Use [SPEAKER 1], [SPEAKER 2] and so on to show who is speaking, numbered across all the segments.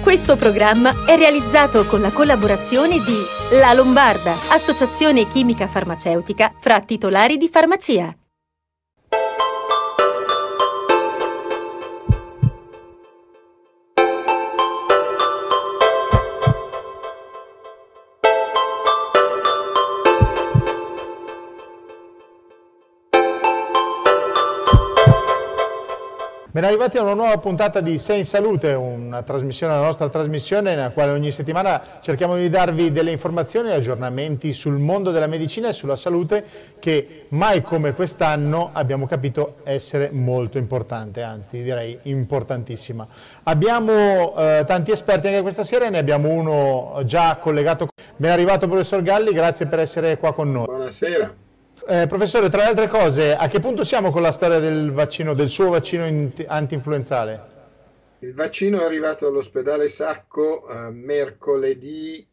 [SPEAKER 1] Questo programma è realizzato con la collaborazione di La Lombarda, associazione chimica farmaceutica fra titolari di farmacia.
[SPEAKER 2] Ben arrivati a una nuova puntata di Sei in Salute, una trasmissione, la nostra trasmissione nella quale ogni settimana cerchiamo di darvi delle informazioni e aggiornamenti sul mondo della medicina e sulla salute che mai come quest'anno abbiamo capito essere molto importante, anzi direi importantissima. Abbiamo tanti esperti anche questa sera e ne abbiamo uno già collegato. Ben arrivato professor Galli, grazie per essere qua con noi.
[SPEAKER 3] Buonasera.
[SPEAKER 2] Professore, tra le altre cose, a che punto siamo con la storia del vaccino, del suo vaccino anti-influenzale?
[SPEAKER 3] Il vaccino è arrivato all'ospedale Sacco mercoledì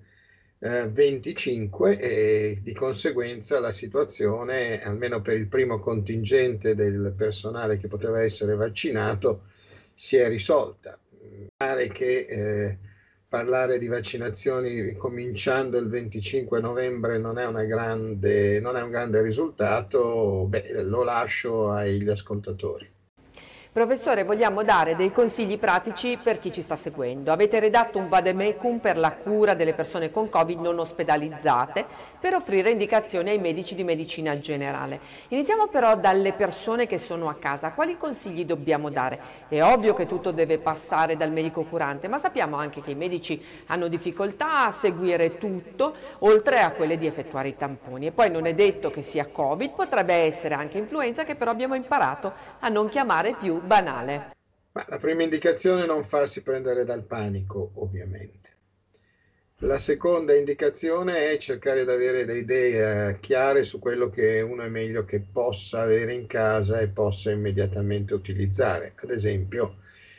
[SPEAKER 3] 25 e di conseguenza la situazione, almeno per il primo contingente del personale che poteva essere vaccinato, si è risolta. Pare che parlare di vaccinazioni cominciando il 25 novembre non è un grande risultato, lo lascio agli ascoltatori.
[SPEAKER 4] Professore, vogliamo dare dei consigli pratici per chi ci sta seguendo. Avete redatto un vademecum per la cura delle persone con Covid non ospedalizzate per offrire indicazioni ai medici di medicina generale. Iniziamo però dalle persone che sono a casa. Quali consigli dobbiamo dare? È ovvio che tutto deve passare dal medico curante, ma sappiamo anche che i medici hanno difficoltà a seguire tutto, oltre a quelle di effettuare i tamponi. E poi non è detto che sia Covid, potrebbe essere anche influenza, che però abbiamo imparato a non chiamare più banale.
[SPEAKER 3] Ma la prima indicazione è non farsi prendere dal panico, ovviamente. La seconda indicazione è cercare di avere le idee chiare su quello che uno è meglio che possa avere in casa e possa immediatamente utilizzare. Ad esempio,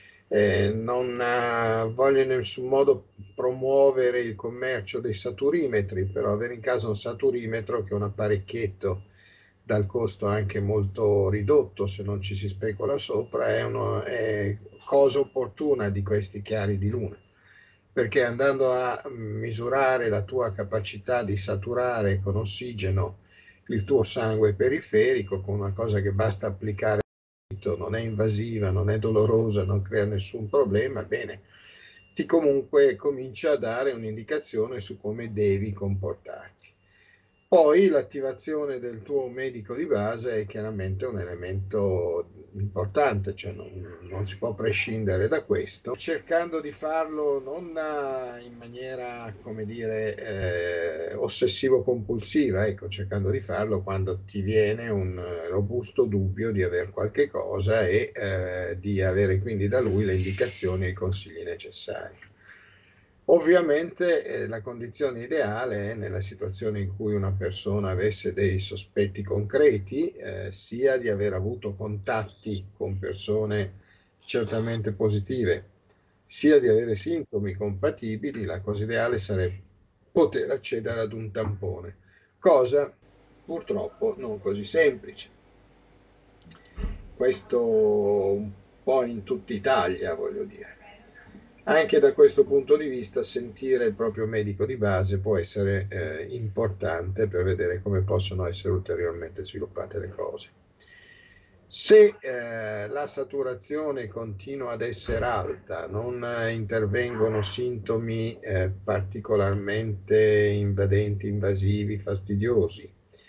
[SPEAKER 3] non voglio in nessun modo promuovere il commercio dei saturimetri, però avere in casa un saturimetro, che è un apparecchietto dal costo anche molto ridotto se non ci si specula sopra, è cosa opportuna di questi chiari di luna, perché andando a misurare la tua capacità di saturare con ossigeno il tuo sangue periferico con una cosa che basta applicare, non è invasiva, non è dolorosa, non crea nessun problema, bene, ti comunque comincia a dare un'indicazione su come devi comportarti. Poi l'attivazione del tuo medico di base è chiaramente un elemento importante, cioè non si può prescindere da questo, cercando di farlo non in maniera, come dire, ossessivo-compulsiva, ecco, cercando di farlo quando ti viene un robusto dubbio di aver qualche cosa e di avere quindi da lui le indicazioni e i consigli necessari. Ovviamente la condizione ideale è nella situazione in cui una persona avesse dei sospetti concreti, sia di aver avuto contatti con persone certamente positive, sia di avere sintomi compatibili. La cosa ideale sarebbe poter accedere ad un tampone, cosa purtroppo non così semplice. Questo un po' in tutta Italia, voglio dire. Anche da questo punto di vista sentire il proprio medico di base può essere importante per vedere come possono essere ulteriormente sviluppate le cose. Se la saturazione continua ad essere alta, non intervengono sintomi particolarmente invadenti, invasivi, fastidiosi,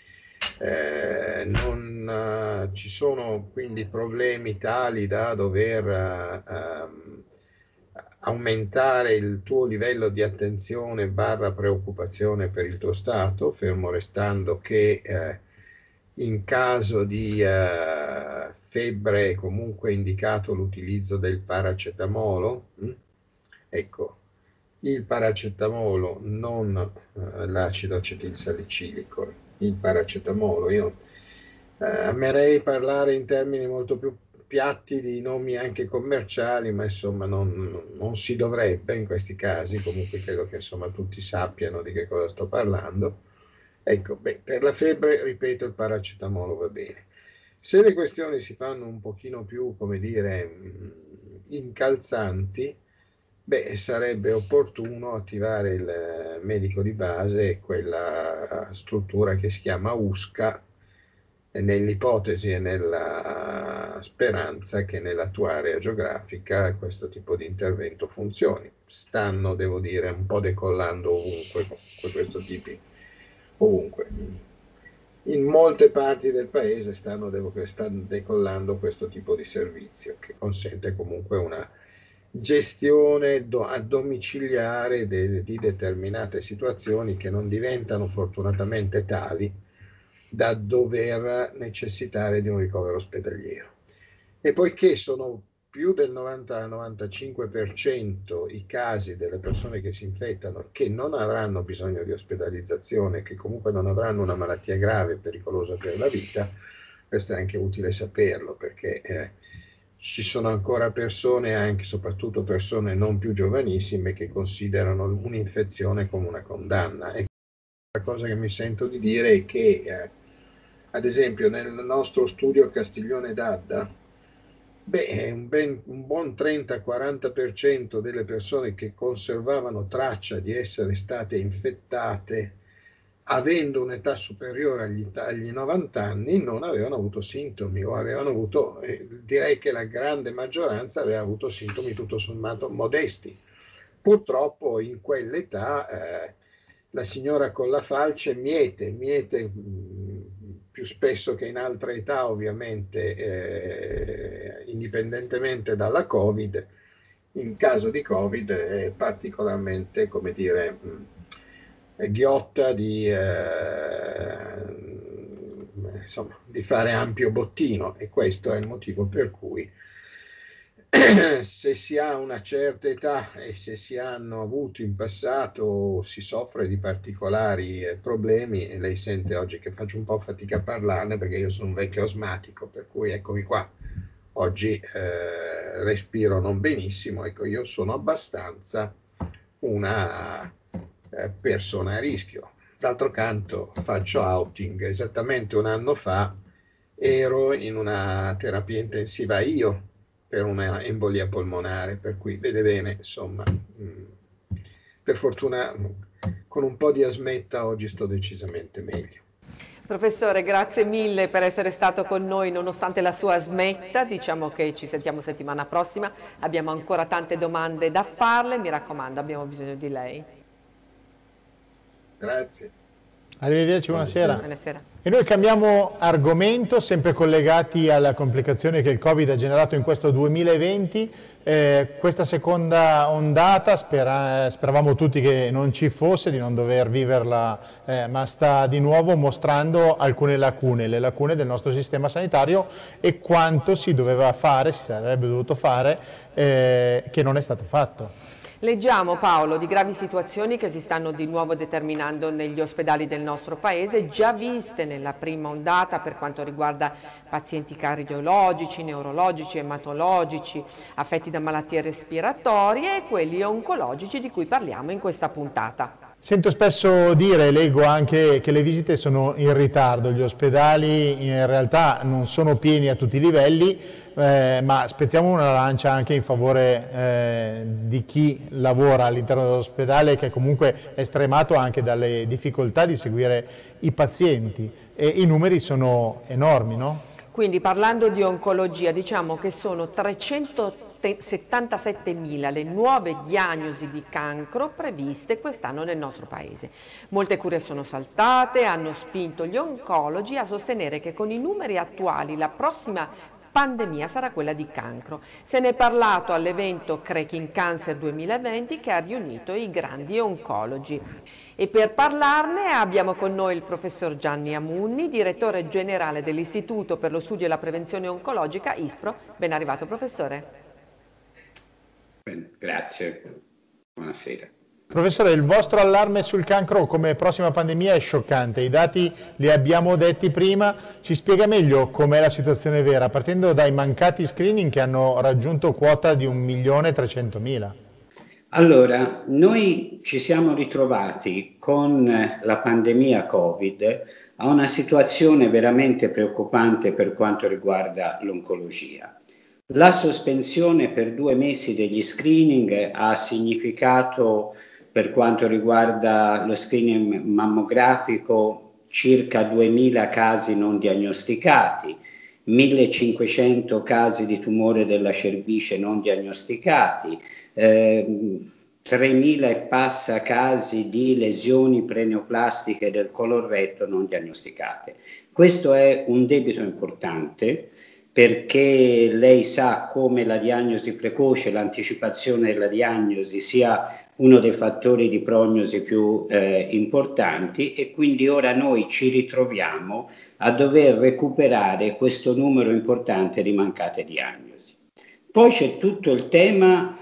[SPEAKER 3] non ci sono quindi problemi tali da dover aumentare il tuo livello di attenzione / preoccupazione per il tuo stato, fermo restando che in caso di febbre è comunque indicato l'utilizzo del paracetamolo. Ecco, il paracetamolo, non l'acido acetilsalicilico, il paracetamolo. Io amerei parlare in termini molto più piatti di nomi anche commerciali, ma insomma non si dovrebbe in questi casi. Comunque credo che insomma tutti sappiano di che cosa sto parlando. Ecco, per la febbre, ripeto, il paracetamolo va bene. Se le questioni si fanno un pochino più, come dire, incalzanti, beh, sarebbe opportuno attivare il medico di base e quella struttura che si chiama USCA, nell'ipotesi e nella speranza che nella tua area geografica questo tipo di intervento funzioni. Stanno, devo dire, un po' decollando ovunque, questo tipi, ovunque. In molte parti del paese stanno decollando questo tipo di servizio che consente comunque una gestione domiciliare di determinate situazioni che non diventano fortunatamente tali da dover necessitare di un ricovero ospedaliero. E poiché sono più del 90-95% i casi delle persone che si infettano che non avranno bisogno di ospedalizzazione, che comunque non avranno una malattia grave e pericolosa per la vita, questo è anche utile saperlo, perché ci sono ancora persone, anche soprattutto persone non più giovanissime, che considerano un'infezione come una condanna. E la cosa che mi sento di dire è che, ad esempio, nel nostro studio Castiglione d'Adda, un buon 30-40% delle persone che conservavano traccia di essere state infettate avendo un'età superiore agli 90 anni non avevano avuto sintomi o avevano avuto, direi che la grande maggioranza aveva avuto sintomi tutto sommato modesti. Purtroppo in quell'età la signora con la falce miete più spesso che in altre età, ovviamente, indipendentemente dalla Covid. In caso di Covid è particolarmente, come dire, ghiotta di fare ampio bottino, e questo è il motivo per cui se si ha una certa età e se si hanno avuto in passato, si soffre di particolari problemi, e lei sente oggi che faccio un po' fatica a parlarne perché io sono un vecchio asmatico, per cui eccomi qua, oggi respiro non benissimo, ecco, io sono abbastanza una persona a rischio. D'altro canto faccio outing, esattamente un anno fa ero in una terapia intensiva io per una embolia polmonare, per cui vede bene, insomma, per fortuna con un po' di asmetta oggi sto decisamente meglio.
[SPEAKER 4] Professore, grazie mille per essere stato con noi nonostante la sua smetta. Diciamo che ci sentiamo settimana prossima, abbiamo ancora tante domande da farle, mi raccomando, abbiamo bisogno di lei.
[SPEAKER 3] Grazie.
[SPEAKER 2] Arrivederci, buonasera.
[SPEAKER 4] Buonasera.
[SPEAKER 2] E noi cambiamo argomento, sempre collegati alla complicazione che il Covid ha generato in questo 2020. Questa seconda ondata speravamo tutti che non ci fosse, di non dover viverla, ma sta di nuovo mostrando alcune lacune, le lacune del nostro sistema sanitario e quanto si doveva fare, si sarebbe dovuto fare, che non è stato fatto.
[SPEAKER 4] Leggiamo, Paolo, di gravi situazioni che si stanno di nuovo determinando negli ospedali del nostro paese, già viste nella prima ondata per quanto riguarda pazienti cardiologici, neurologici, ematologici, affetti da malattie respiratorie e quelli oncologici di cui parliamo in questa puntata.
[SPEAKER 2] Sento spesso dire, leggo anche che le visite sono in ritardo, gli ospedali in realtà non sono pieni a tutti i livelli, ma spezziamo una lancia anche in favore di chi lavora all'interno dell'ospedale, che comunque è stremato anche dalle difficoltà di seguire i pazienti, e i numeri sono enormi, no?
[SPEAKER 4] Quindi parlando di oncologia, diciamo che sono 377.000 le nuove diagnosi di cancro previste quest'anno nel nostro paese. Molte cure sono saltate, hanno spinto gli oncologi a sostenere che con i numeri attuali la prossima pandemia sarà quella di cancro. Se ne è parlato all'evento Cracking Cancer 2020 che ha riunito i grandi oncologi. E per parlarne abbiamo con noi il professor Gianni Amunni, direttore generale dell'Istituto per lo Studio e la Prevenzione Oncologica, ISPRO. Ben arrivato, professore.
[SPEAKER 5] Bene, grazie. Buonasera.
[SPEAKER 2] Professore, il vostro allarme sul cancro come prossima pandemia è scioccante, i dati li abbiamo detti prima, ci spiega meglio com'è la situazione vera, partendo dai mancati screening che hanno raggiunto quota di 1.300.000.
[SPEAKER 5] Allora, noi ci siamo ritrovati con la pandemia Covid a una situazione veramente preoccupante per quanto riguarda l'oncologia. La sospensione per 2 mesi degli screening ha significato, per quanto riguarda lo screening mammografico, circa 2000 casi non diagnosticati, 1500 casi di tumore della cervice non diagnosticati, 3000 e passa casi di lesioni preneoplastiche del colon retto non diagnosticate. Questo è un debito importante, perché lei sa come la diagnosi precoce, l'anticipazione della diagnosi sia uno dei fattori di prognosi più importanti, e quindi ora noi ci ritroviamo a dover recuperare questo numero importante di mancate diagnosi. Poi c'è tutto il tema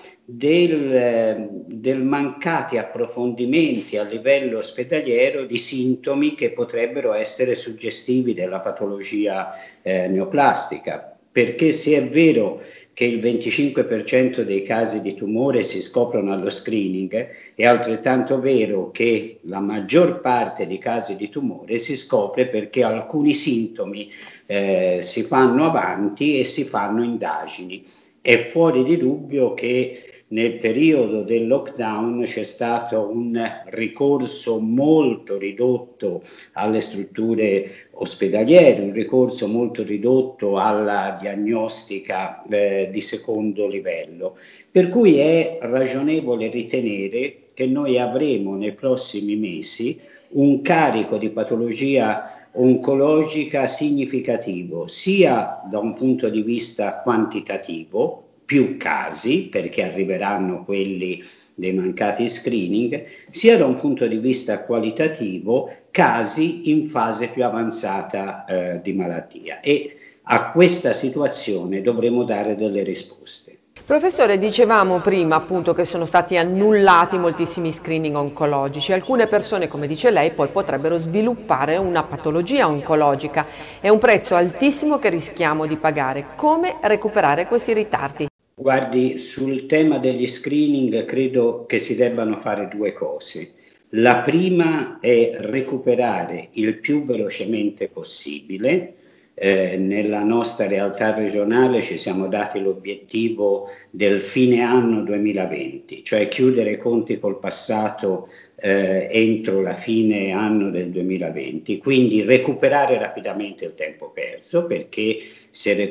[SPEAKER 5] del mancati approfondimenti a livello ospedaliero di sintomi che potrebbero essere suggestivi della patologia neoplastica, perché se è vero che il 25% dei casi di tumore si scoprono allo screening, è altrettanto vero che la maggior parte dei casi di tumore si scopre perché alcuni sintomi si fanno avanti e si fanno indagini. È fuori di dubbio che nel periodo del lockdown c'è stato un ricorso molto ridotto alle strutture ospedaliere, un ricorso molto ridotto alla diagnostica di secondo livello, per cui è ragionevole ritenere che noi avremo nei prossimi mesi un carico di patologia oncologica significativo, sia da un punto di vista quantitativo, più casi, perché arriveranno quelli dei mancati screening, sia da un punto di vista qualitativo, casi in fase più avanzata di malattia. E a questa situazione dovremo dare delle risposte.
[SPEAKER 4] Professore, dicevamo prima appunto che sono stati annullati moltissimi screening oncologici. Alcune persone, come dice lei, poi potrebbero sviluppare una patologia oncologica. È un prezzo altissimo che rischiamo di pagare. Come recuperare questi ritardi?
[SPEAKER 5] Guardi, sul tema degli screening credo che si debbano fare 2 cose. La prima è recuperare il più velocemente possibile. Nella nostra realtà regionale ci siamo dati l'obiettivo del fine anno 2020, cioè chiudere i conti col passato entro la fine anno del 2020, quindi recuperare rapidamente il tempo perso, perché se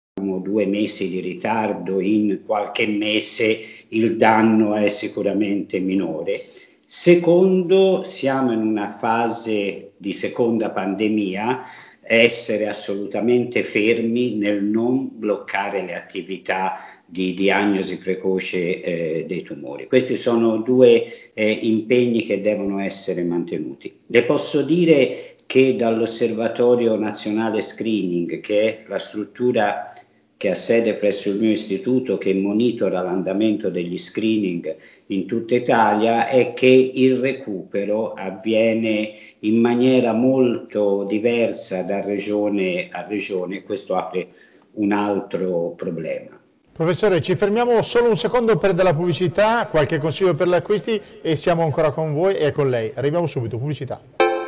[SPEAKER 5] 2 mesi di ritardo, in qualche mese il danno è sicuramente minore. Secondo, siamo in una fase di seconda pandemia, essere assolutamente fermi nel non bloccare le attività di diagnosi precoce dei tumori. Questi sono 2 impegni che devono essere mantenuti. Le posso dire che dall'Osservatorio Nazionale Screening, che è la struttura che ha sede presso il mio istituto, che monitora l'andamento degli screening in tutta Italia, è che il recupero avviene in maniera molto diversa da regione a regione. Questo apre un altro problema.
[SPEAKER 2] Professore, ci fermiamo solo un secondo per della pubblicità, qualche consiglio per gli acquisti e siamo ancora con voi e con lei. Arriviamo subito, pubblicità.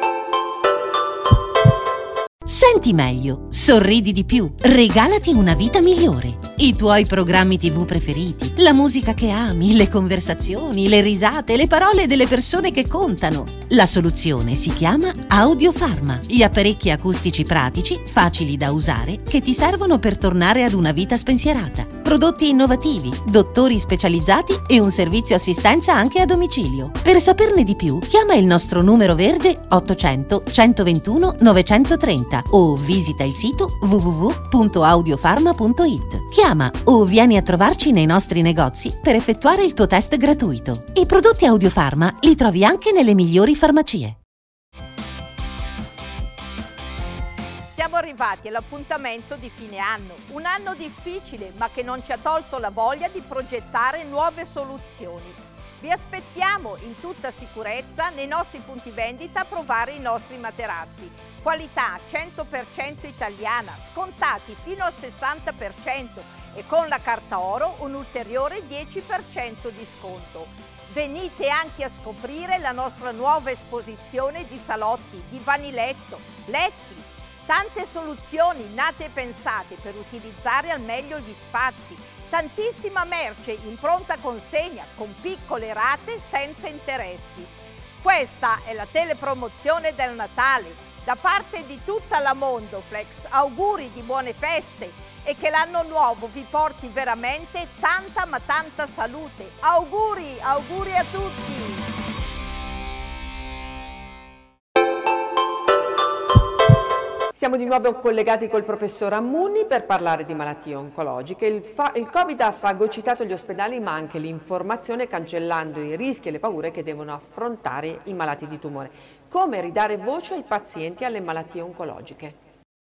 [SPEAKER 6] Senti meglio, sorridi di più, regalati una vita migliore. I tuoi programmi TV preferiti, la musica che ami, le conversazioni, le risate, le parole delle persone che contano. La soluzione si chiama Audiofarma. Gli apparecchi acustici pratici, facili da usare, che ti servono per tornare ad una vita spensierata. Prodotti innovativi, dottori specializzati e un servizio assistenza anche a domicilio. Per saperne di più, chiama il nostro numero verde 800 121 930 o visita il sito www.audiofarma.it. Chiama o vieni a trovarci nei nostri negozi per effettuare il tuo test gratuito. I prodotti Audiofarma li trovi anche nelle migliori farmacie.
[SPEAKER 7] Siamo arrivati all'appuntamento di fine anno, un anno difficile ma che non ci ha tolto la voglia di progettare nuove soluzioni. Vi aspettiamo in tutta sicurezza nei nostri punti vendita a provare i nostri materassi. Qualità 100% italiana, scontati fino al 60% e con la carta oro un ulteriore 10% di sconto. Venite anche a scoprire la nostra nuova esposizione di salotti, divani letto, letti, Tante soluzioni nate e pensate per utilizzare al meglio gli spazi. Tantissima merce in pronta consegna con piccole rate senza interessi. Questa è la telepromozione del Natale. Da parte di tutta la Mondoflex, auguri di buone feste e che l'anno nuovo vi porti veramente tanta ma tanta salute. Auguri, auguri a tutti!
[SPEAKER 4] Siamo di nuovo collegati col professor Ammuni per parlare di malattie oncologiche. Il Covid ha fagocitato gli ospedali ma anche l'informazione, cancellando i rischi e le paure che devono affrontare i malati di tumore. Come ridare voce ai pazienti alle malattie oncologiche?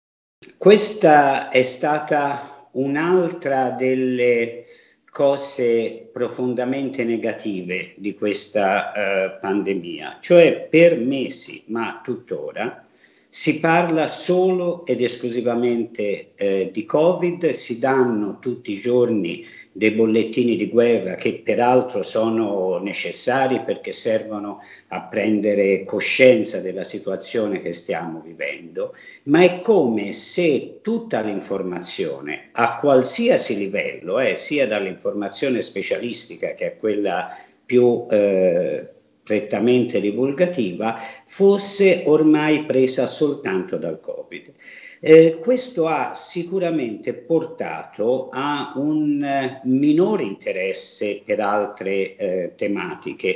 [SPEAKER 5] Questa è stata un'altra delle cose profondamente negative di questa pandemia, cioè per mesi, ma tuttora, si parla solo ed esclusivamente di Covid, si danno tutti i giorni dei bollettini di guerra che peraltro sono necessari perché servono a prendere coscienza della situazione che stiamo vivendo, ma è come se tutta l'informazione a qualsiasi livello, sia dall'informazione specialistica che a quella più prettamente divulgativa, fosse ormai presa soltanto dal Covid. Questo ha sicuramente portato a un minore interesse per altre tematiche.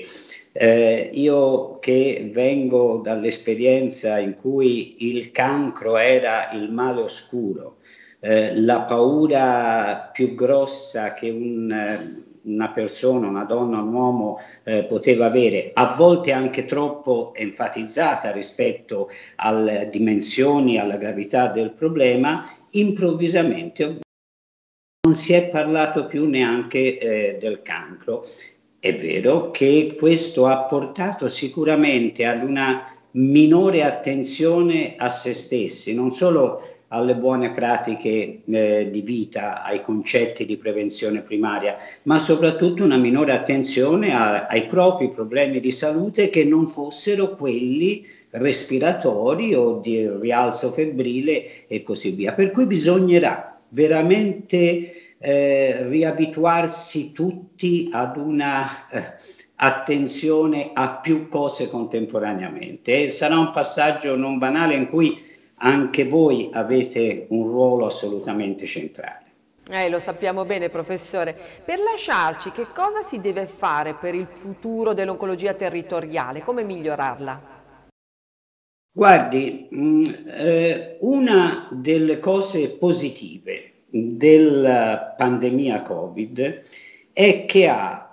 [SPEAKER 5] Io che vengo dall'esperienza in cui il cancro era il male oscuro, la paura più grossa che una persona, una donna, un uomo poteva avere, a volte anche troppo enfatizzata rispetto alle dimensioni, alla gravità del problema, improvvisamente non si è parlato più neanche del cancro. È vero che questo ha portato sicuramente ad una minore attenzione a se stessi, non solo alle buone pratiche di vita, ai concetti di prevenzione primaria, ma soprattutto una minore attenzione ai propri problemi di salute che non fossero quelli respiratori o di rialzo febbrile e così via. Per cui bisognerà veramente riabituarsi tutti ad una attenzione a più cose contemporaneamente. Sarà un passaggio non banale in cui anche voi avete un ruolo assolutamente centrale.
[SPEAKER 4] Lo sappiamo bene, professore. Per lasciarci, che cosa si deve fare per il futuro dell'oncologia territoriale? Come migliorarla?
[SPEAKER 5] Guardi, una delle cose positive della pandemia Covid è che ha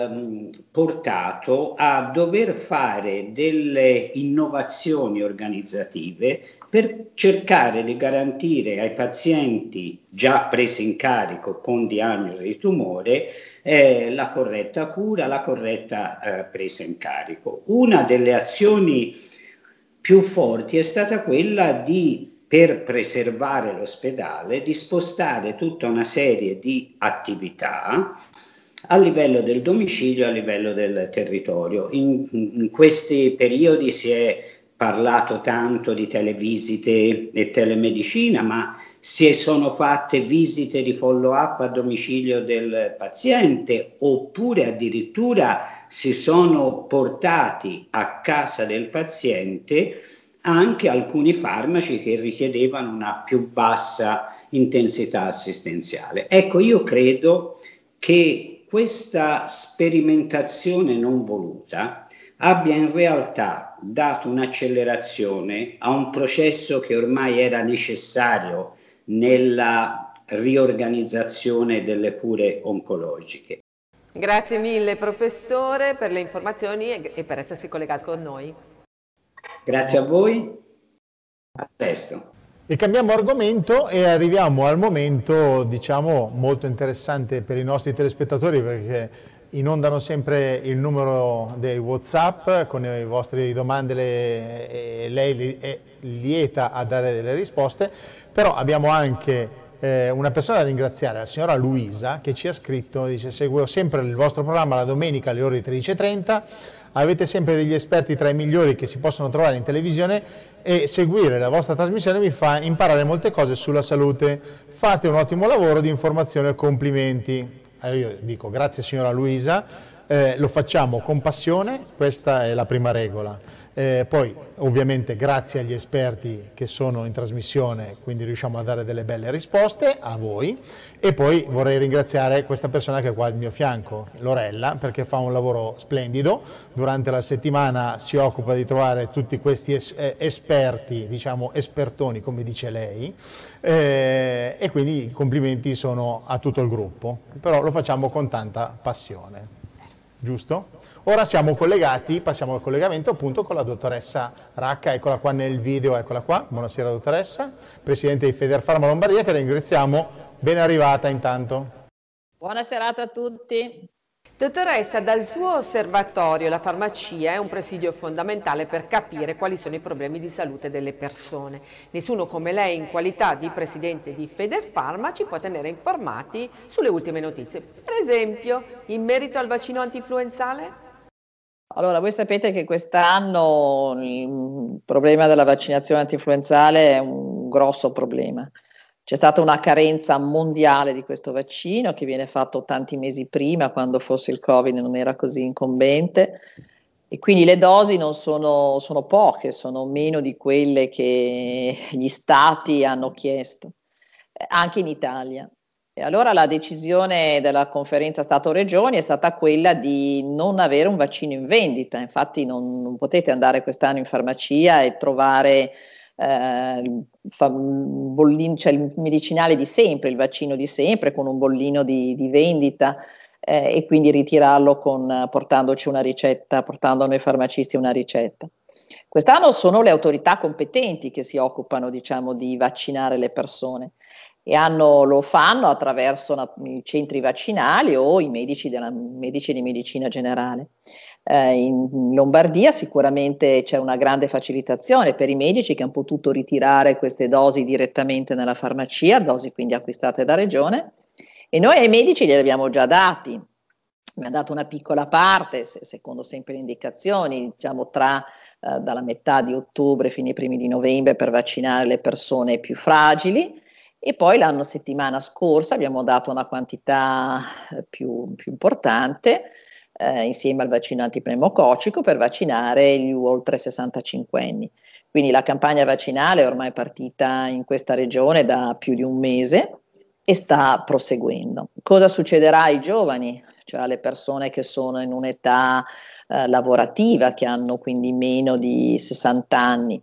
[SPEAKER 5] portato a dover fare delle innovazioni organizzative per cercare di garantire ai pazienti già presi in carico con diagnosi di tumore la corretta cura, la corretta presa in carico. Una delle azioni più forti è stata quella di, per preservare l'ospedale, di spostare tutta una serie di attività a livello del domicilio e a livello del territorio. In questi periodi si è parlato tanto di televisite e telemedicina, ma si sono fatte visite di follow-up a domicilio del paziente, oppure addirittura si sono portati a casa del paziente anche alcuni farmaci che richiedevano una più bassa intensità assistenziale. Ecco, io credo che questa sperimentazione non voluta abbia in realtà dato un'accelerazione a un processo che ormai era necessario nella riorganizzazione delle cure oncologiche.
[SPEAKER 4] Grazie mille professore per le informazioni e per essersi collegato con noi.
[SPEAKER 5] Grazie a voi, a presto.
[SPEAKER 2] E cambiamo argomento e arriviamo al momento, diciamo, molto interessante per i nostri telespettatori, perché inondano sempre il numero dei WhatsApp con le vostre domande e lei è lieta a dare delle risposte, però abbiamo anche una persona da ringraziare, la signora Luisa, che ci ha scritto, dice: seguo sempre il vostro programma la domenica alle ore 13:30, Avete sempre degli esperti tra i migliori che si possono trovare in televisione e seguire la vostra trasmissione vi fa imparare molte cose sulla salute. Fate un ottimo lavoro di informazione, complimenti. Io dico grazie signora Luisa, lo facciamo con passione, questa è la prima regola. Poi ovviamente grazie agli esperti che sono in trasmissione, quindi riusciamo a dare delle belle risposte a voi, e poi vorrei ringraziare questa persona che è qua al mio fianco, Lorella, perché fa un lavoro splendido, durante la settimana si occupa di trovare tutti questi esperti, diciamo espertoni come dice lei, e quindi i complimenti sono a tutto il gruppo, però lo facciamo con tanta passione, giusto? Ora siamo collegati, passiamo al collegamento appunto con la dottoressa Racca, eccola qua nel video, eccola qua, buonasera dottoressa, presidente di Federfarma Lombardia, che ringraziamo, ben arrivata intanto.
[SPEAKER 8] Buona serata a tutti.
[SPEAKER 4] Dottoressa, dal suo osservatorio la farmacia è un presidio fondamentale per capire quali sono i problemi di salute delle persone. Nessuno come lei, in qualità di presidente di Federfarma, ci può tenere informati sulle ultime notizie. Per esempio, in merito al vaccino antinfluenzale?
[SPEAKER 8] Allora, voi sapete che quest'anno il problema della vaccinazione antinfluenzale è un grosso problema. C'è stata una carenza mondiale di questo vaccino che viene fatto tanti mesi prima, quando forse il Covid non era così incombente, e quindi le dosi non sono poche, sono meno di quelle che gli stati hanno chiesto, anche in Italia. E allora la decisione della conferenza Stato-Regioni è stata quella di non avere un vaccino in vendita. Infatti non potete andare quest'anno in farmacia e trovare il medicinale di sempre, il vaccino di sempre, con un bollino di vendita, e quindi ritirarlo portandoci una ricetta, portando a noi farmacisti una ricetta. Quest'anno sono le autorità competenti che si occupano, diciamo, di vaccinare le persone. E lo fanno attraverso i centri vaccinali o i medici di medicina generale. In Lombardia sicuramente c'è una grande facilitazione per i medici che hanno potuto ritirare queste dosi direttamente nella farmacia, dosi quindi acquistate da Regione, e noi ai medici glieli abbiamo già dati. Mi ha dato una piccola parte, secondo sempre le indicazioni, diciamo dalla metà di ottobre fino ai primi di novembre, per vaccinare le persone più fragili. E poi la settimana scorsa abbiamo dato una quantità più importante insieme al vaccino antipneumococcico per vaccinare gli oltre 65 anni. Quindi la campagna vaccinale è ormai partita in questa regione da più di un mese e sta proseguendo. Cosa succederà ai giovani, cioè alle persone che sono in un'età lavorativa, che hanno quindi meno di 60 anni?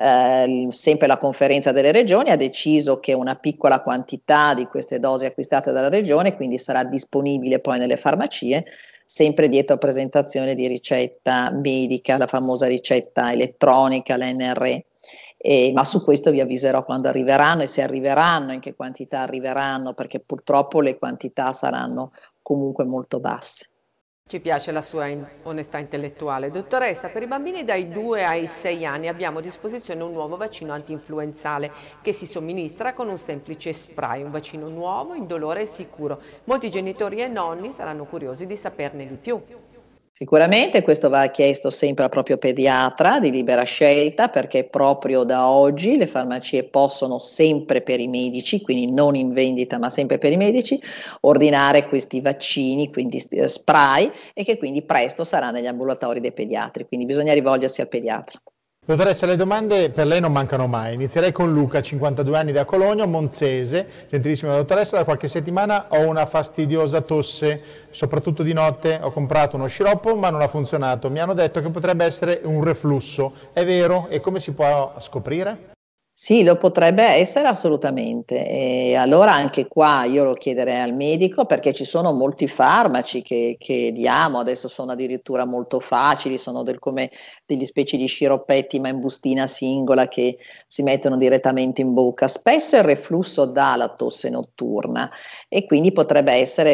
[SPEAKER 8] Sempre la conferenza delle regioni ha deciso che una piccola quantità di queste dosi acquistate dalla regione quindi sarà disponibile poi nelle farmacie, sempre dietro presentazione di ricetta medica, la famosa ricetta elettronica, l'NRE. Ma su questo vi avviserò quando arriveranno e se arriveranno, in che quantità arriveranno, perché purtroppo le quantità saranno comunque molto basse.
[SPEAKER 4] Ci piace la sua onestà intellettuale. Dottoressa, per i bambini dai 2 ai 6 anni abbiamo a disposizione un nuovo vaccino antinfluenzale che si somministra con un semplice spray, un vaccino nuovo, indolore e sicuro. Molti genitori e nonni saranno curiosi di saperne di più.
[SPEAKER 8] Sicuramente questo va chiesto sempre al proprio pediatra di libera scelta, perché proprio da oggi le farmacie possono sempre per i medici, quindi non in vendita ma sempre per i medici, ordinare questi vaccini, quindi spray, e che quindi presto sarà negli ambulatori dei pediatri, quindi bisogna rivolgersi al pediatra.
[SPEAKER 2] Dottoressa, le domande per lei non mancano mai. Inizierei con Luca, 52 anni, da Cologno, Monzese. Gentilissima dottoressa, da qualche settimana ho una fastidiosa tosse, soprattutto di notte. Ho comprato uno sciroppo ma non ha funzionato. Mi hanno detto che potrebbe essere un reflusso. È vero? E come si può scoprire?
[SPEAKER 8] Sì, lo potrebbe essere assolutamente, e allora anche qua io lo chiederei al medico, perché ci sono molti farmaci che diamo, adesso sono addirittura molto facili, sono come degli specie di sciroppetti ma in bustina singola che si mettono direttamente in bocca. Spesso il reflusso dà la tosse notturna e quindi potrebbe essere.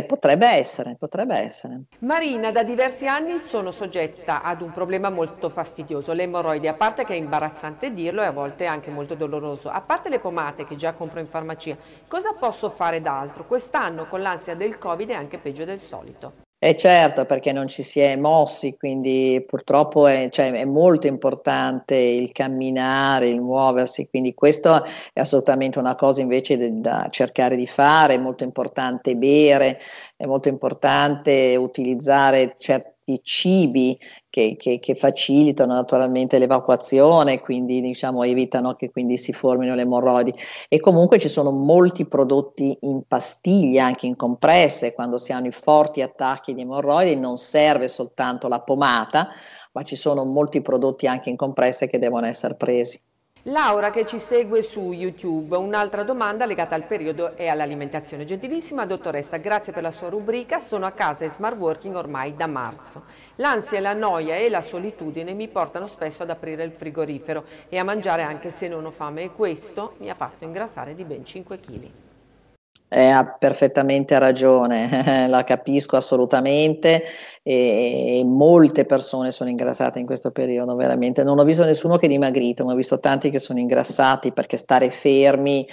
[SPEAKER 4] Marina, da diversi anni sono soggetta ad un problema molto fastidioso, l'emorroide, a parte che è imbarazzante dirlo e a volte anche molto doloroso. A parte le pomate che già compro in farmacia, cosa posso fare d'altro? Quest'anno con l'ansia del Covid è anche peggio del solito.
[SPEAKER 8] Certo, perché non ci si è mossi, quindi purtroppo è molto importante il camminare, il muoversi, quindi questo è assolutamente una cosa invece da cercare di fare. È molto importante bere, è molto importante utilizzare certi cibi che facilitano naturalmente l'evacuazione, quindi diciamo evitano che quindi si formino le emorroidi. E comunque ci sono molti prodotti in pastiglie, anche in compresse, quando si hanno i forti attacchi di emorroidi non serve soltanto la pomata, ma ci sono molti prodotti anche in compresse che devono essere presi.
[SPEAKER 4] Laura che ci segue su YouTube, un'altra domanda legata al periodo e all'alimentazione. Gentilissima dottoressa, grazie per la sua rubrica, sono a casa e smart working ormai da marzo. L'ansia, la noia e la solitudine mi portano spesso ad aprire il frigorifero e a mangiare anche se non ho fame e questo mi ha fatto ingrassare di ben 5 kg.
[SPEAKER 8] Ha perfettamente ragione, la capisco assolutamente e molte persone sono ingrassate in questo periodo, veramente. Non ho visto nessuno che è dimagrito, ma ho visto tanti che sono ingrassati perché stare fermi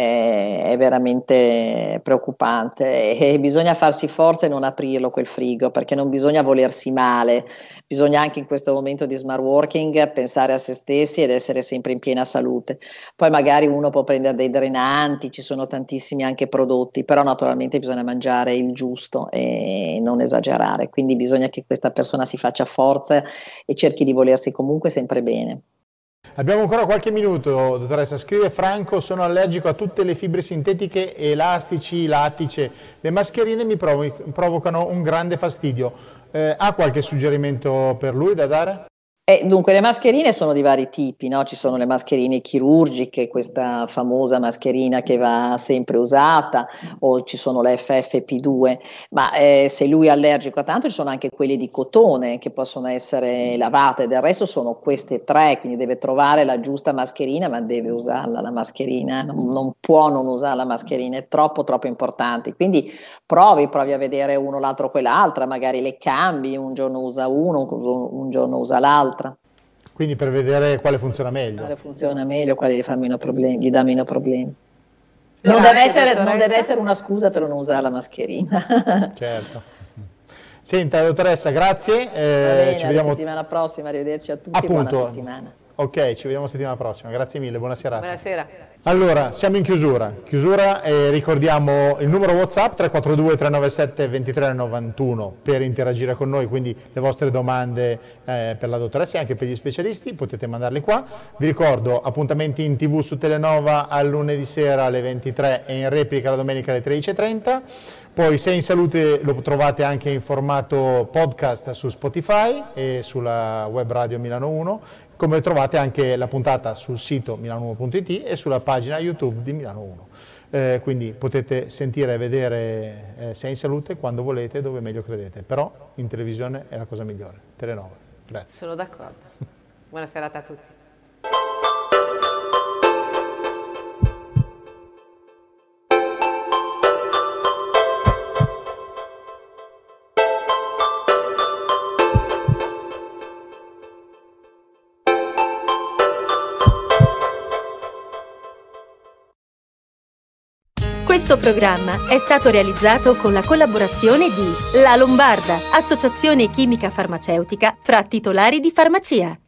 [SPEAKER 8] è veramente preoccupante e bisogna farsi forza e non aprirlo quel frigo, perché non bisogna volersi male, bisogna anche in questo momento di smart working pensare a se stessi ed essere sempre in piena salute. Poi magari uno può prendere dei drenanti, ci sono tantissimi anche prodotti, però naturalmente bisogna mangiare il giusto e non esagerare, quindi bisogna che questa persona si faccia forza e cerchi di volersi comunque sempre bene.
[SPEAKER 2] Abbiamo ancora qualche minuto, dottoressa. Scrive Franco: sono allergico a tutte le fibre sintetiche, elastici, lattice. Le mascherine mi provocano un grande fastidio. Ha qualche suggerimento per lui da dare?
[SPEAKER 8] Dunque le mascherine sono di vari tipi, no? Ci sono le mascherine chirurgiche, questa famosa mascherina che va sempre usata, o ci sono le FFP2, ma se lui è allergico a tanto ci sono anche quelle di cotone che possono essere lavate, del resto sono queste tre, quindi deve trovare la giusta mascherina, ma deve usarla la mascherina, non può non usare la mascherina, è troppo importante, quindi provi a vedere uno, l'altro, quell'altra, magari le cambi, un giorno usa uno, un giorno usa l'altro.
[SPEAKER 2] Quindi per vedere quale funziona meglio.
[SPEAKER 8] Quale funziona meglio, quale gli dà meno problemi. Non deve essere una scusa per non usare la mascherina.
[SPEAKER 2] Certo. Senta, dottoressa, grazie.
[SPEAKER 8] Va bene, ci vediamo la settimana prossima, arrivederci a tutti.
[SPEAKER 2] Appunto.
[SPEAKER 8] Buona settimana.
[SPEAKER 2] Ok, ci vediamo settimana prossima, grazie mille, buona serata.
[SPEAKER 4] Buonasera.
[SPEAKER 2] Allora, siamo in chiusura, ricordiamo il numero WhatsApp 342 397 2391 per interagire con noi, quindi le vostre domande per la dottoressa e anche per gli specialisti potete mandarli qua. Vi ricordo appuntamenti in TV su Telenova al lunedì sera alle 23 e in replica la domenica alle 13:30. Poi Sei in Salute lo trovate anche in formato podcast su Spotify e sulla web radio Milano 1, come trovate anche la puntata sul sito milano1.it e sulla pagina YouTube di Milano 1. Quindi potete sentire e vedere Sei in Salute quando volete, dove meglio credete, però in televisione è la cosa migliore. Telenova. Grazie.
[SPEAKER 4] Sono d'accordo. Buona serata a tutti.
[SPEAKER 1] Questo programma è stato realizzato con la collaborazione di La Lombarda, associazione chimica farmaceutica fra titolari di farmacia.